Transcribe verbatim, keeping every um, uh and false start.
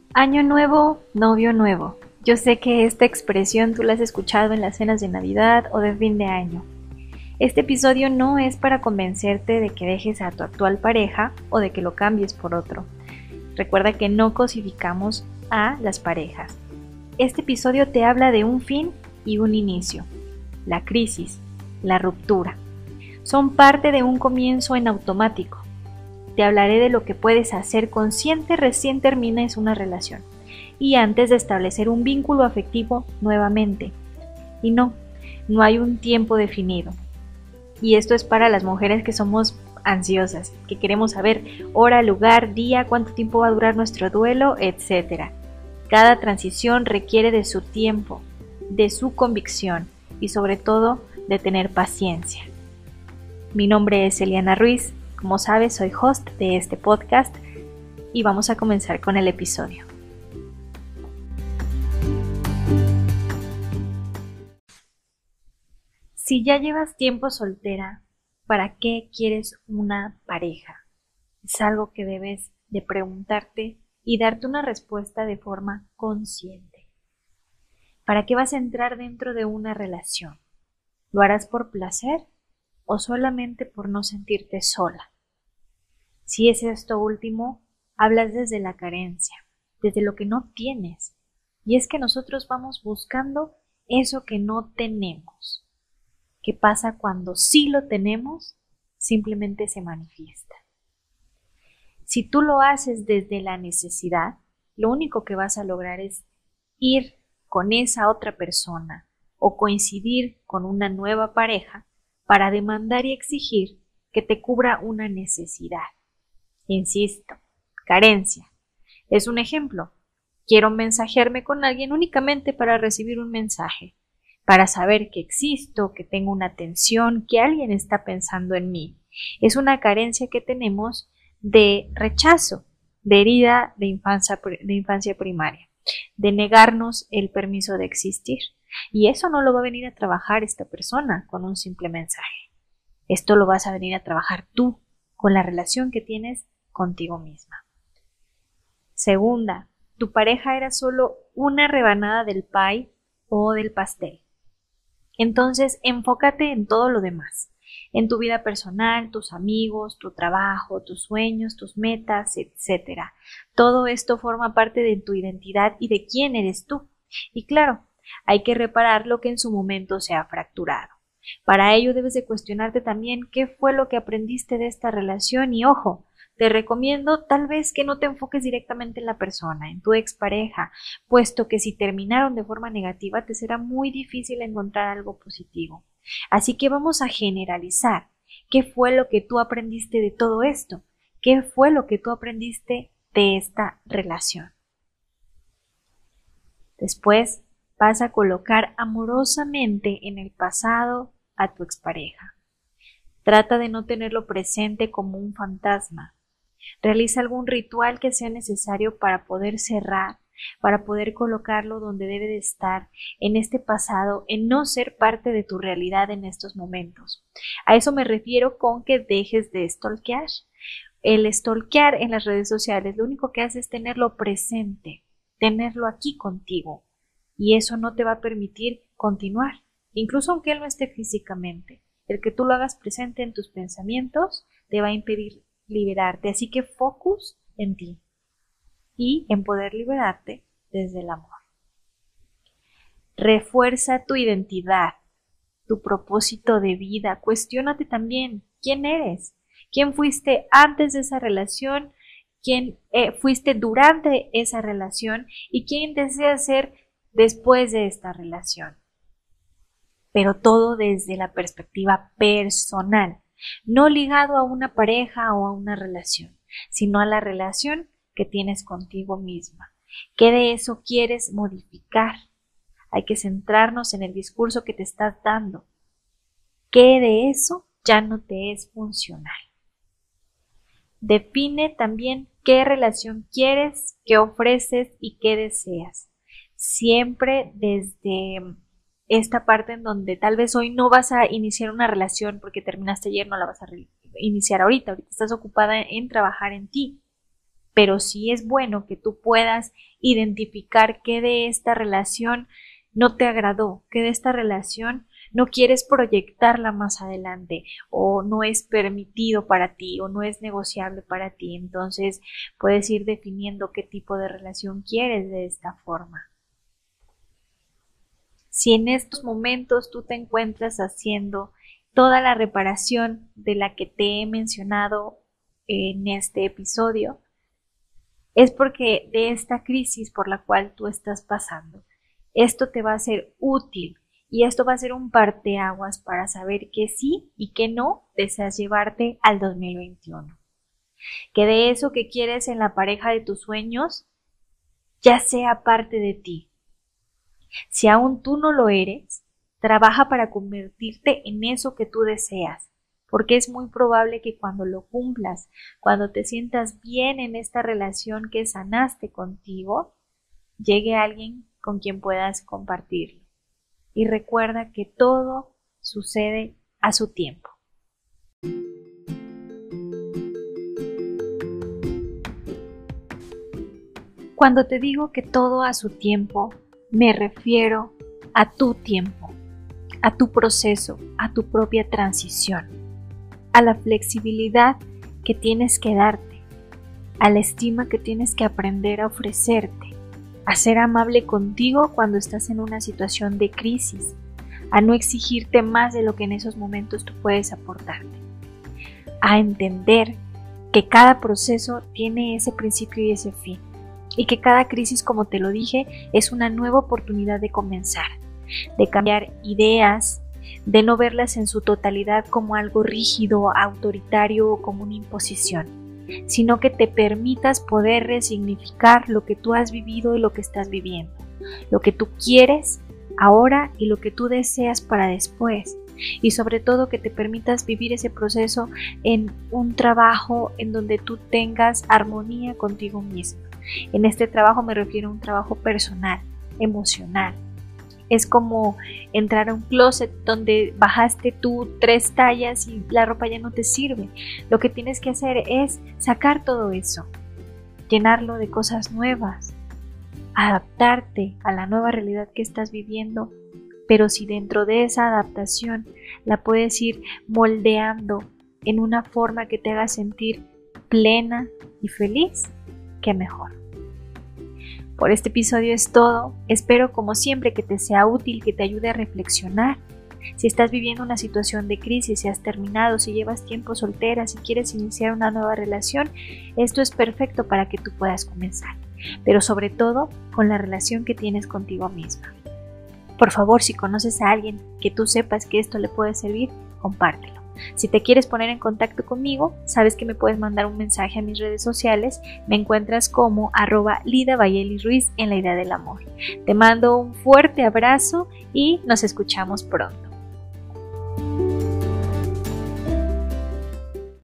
Año nuevo, novio nuevo. Yo sé que esta expresión tú la has escuchado en las cenas de Navidad o de fin de año. Este episodio no es para convencerte de que dejes a tu actual pareja o de que lo cambies por otro. Recuerda que no cosificamos a las parejas. Este episodio te habla de un fin y un inicio. La crisis, la ruptura. Son parte de un comienzo en automático. Te hablaré de lo que puedes hacer consciente recién termines una relación y antes de establecer un vínculo afectivo nuevamente. Y no, no hay un tiempo definido. Y esto es para las mujeres que somos ansiosas, que queremos saber hora, lugar, día, cuánto tiempo va a durar nuestro duelo, etcétera. Cada transición requiere de su tiempo, de su convicción y sobre todo de tener paciencia. Mi nombre es Eliana Ruiz. Como sabes, soy host de este podcast y vamos a comenzar con el episodio. Si ya llevas tiempo soltera, ¿para qué quieres una pareja? Es algo que debes de preguntarte y darte una respuesta de forma consciente. ¿Para qué vas a entrar dentro de una relación? ¿Lo harás por placer o solamente por no sentirte sola? Si es esto último, hablas desde la carencia, desde lo que no tienes. Y es que nosotros vamos buscando eso que no tenemos. ¿Qué pasa cuando sí lo tenemos? Simplemente se manifiesta. Si tú lo haces desde la necesidad, lo único que vas a lograr es ir con esa otra persona o coincidir con una nueva pareja para demandar y exigir que te cubra una necesidad. Insisto, carencia. Es un ejemplo. Quiero mensajearme con alguien únicamente para recibir un mensaje, para saber que existo, que tengo una atención, que alguien está pensando en mí. Es una carencia que tenemos de rechazo, de herida de infancia, de infancia primaria, de negarnos el permiso de existir. Y eso no lo va a venir a trabajar esta persona con un simple mensaje. Esto lo vas a venir a trabajar tú con la relación que tienes contigo misma. Segunda, tu pareja era solo una rebanada del pie o del pastel. Entonces, enfócate en todo lo demás, en tu vida personal, tus amigos, tu trabajo, tus sueños, tus metas, etcétera. Todo esto forma parte de tu identidad y de quién eres tú. Y claro, hay que reparar lo que en su momento se ha fracturado. Para ello debes de cuestionarte también qué fue lo que aprendiste de esta relación y ojo, te recomiendo tal vez que no te enfoques directamente en la persona, en tu expareja, puesto que si terminaron de forma negativa te será muy difícil encontrar algo positivo. Así que vamos a generalizar. ¿Qué fue lo que tú aprendiste de todo esto? ¿Qué fue lo que tú aprendiste de esta relación? Después vas a colocar amorosamente en el pasado a tu expareja. Trata de no tenerlo presente como un fantasma. Realiza algún ritual que sea necesario para poder cerrar, para poder colocarlo donde debe de estar, en este pasado, en no ser parte de tu realidad en estos momentos. A eso me refiero con que dejes de stalkear. El stalkear en las redes sociales lo único que hace es tenerlo presente, tenerlo aquí contigo. Y eso no te va a permitir continuar, incluso aunque él no esté físicamente. El que tú lo hagas presente en tus pensamientos te va a impedir liberarte. Así que focus en ti y en poder liberarte desde el amor. Refuerza tu identidad, tu propósito de vida. Cuestiónate también quién eres, quién fuiste antes de esa relación, quién eh, fuiste durante esa relación y quién deseas ser después de esta relación. Pero todo desde la perspectiva personal, no ligado a una pareja o a una relación, sino a la relación que tienes contigo misma. ¿Qué de eso quieres modificar? Hay que centrarnos en el discurso que te estás dando. ¿Qué de eso ya no te es funcional? Define también qué relación quieres, qué ofreces y qué deseas. Siempre desde esta parte en donde tal vez hoy no vas a iniciar una relación porque terminaste ayer, no la vas a iniciar ahorita, ahorita estás ocupada en trabajar en ti, pero sí es bueno que tú puedas identificar qué de esta relación no te agradó, qué de esta relación no quieres proyectarla más adelante o no es permitido para ti o no es negociable para ti. Entonces puedes ir definiendo qué tipo de relación quieres de esta forma. Si en estos momentos tú te encuentras haciendo toda la reparación de la que te he mencionado en este episodio, es porque de esta crisis por la cual tú estás pasando, esto te va a ser útil y esto va a ser un parteaguas para saber que sí y que no deseas llevarte al dos mil veintiuno. Que de eso que quieres en la pareja de tus sueños ya sea parte de ti. Si aún tú no lo eres, trabaja para convertirte en eso que tú deseas, porque es muy probable que cuando lo cumplas, cuando te sientas bien en esta relación que sanaste contigo, llegue alguien con quien puedas compartirlo. Y recuerda que todo sucede a su tiempo. Cuando te digo que todo a su tiempo, me refiero a tu tiempo, a tu proceso, a tu propia transición, a la flexibilidad que tienes que darte, a la estima que tienes que aprender a ofrecerte, a ser amable contigo cuando estás en una situación de crisis, a no exigirte más de lo que en esos momentos tú puedes aportarte, a entender que cada proceso tiene ese principio y ese fin, y que cada crisis, como te lo dije, es una nueva oportunidad de comenzar, de cambiar ideas, de no verlas en su totalidad como algo rígido, autoritario o como una imposición, sino que te permitas poder resignificar lo que tú has vivido y lo que estás viviendo, lo que tú quieres ahora y lo que tú deseas para después, y sobre todo que te permitas vivir ese proceso en un trabajo en donde tú tengas armonía contigo mismo. En este trabajo me refiero a un trabajo personal, emocional. Es como entrar a un closet donde bajaste tú tres tallas y la ropa ya no te sirve. Lo que tienes que hacer es sacar todo eso, llenarlo de cosas nuevas, adaptarte a la nueva realidad que estás viviendo, pero si dentro de esa adaptación la puedes ir moldeando en una forma que te haga sentir plena y feliz, qué mejor. Por este episodio es todo. Espero como siempre que te sea útil, que te ayude a reflexionar. Si estás viviendo una situación de crisis, si has terminado, si llevas tiempo soltera, si quieres iniciar una nueva relación, esto es perfecto para que tú puedas comenzar. Pero sobre todo con la relación que tienes contigo misma. Por favor, si conoces a alguien que tú sepas que esto le puede servir, compártelo. Si te quieres poner en contacto conmigo, sabes que me puedes mandar un mensaje a mis redes sociales. Me encuentras como arroba Lida Bayeli Ruiz en La Idea del Amor. Te mando un fuerte abrazo y nos escuchamos pronto.